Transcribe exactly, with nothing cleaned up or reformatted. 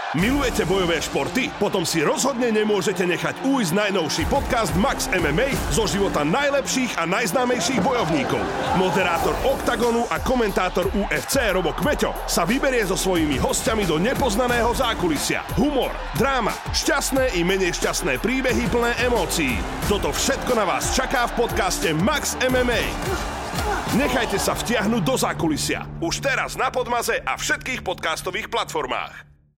Milujete bojové športy? Potom si rozhodne nemôžete nechať ujsť najnovší podcast Max em em á zo života najlepších a najznámejších bojovníkov. Moderátor Oktagonu a komentátor ú ef cé Robo Kmeťo sa vyberie so svojimi hostiami do nepoznaného zákulisia. Humor, dráma, šťastné i menej šťastné príbehy plné emócií. Toto všetko na vás čaká v podcaste Max em em á. Nechajte sa vtiahnuť do zákulisia. Už teraz na Podmaze a všetkých podcastových platformách.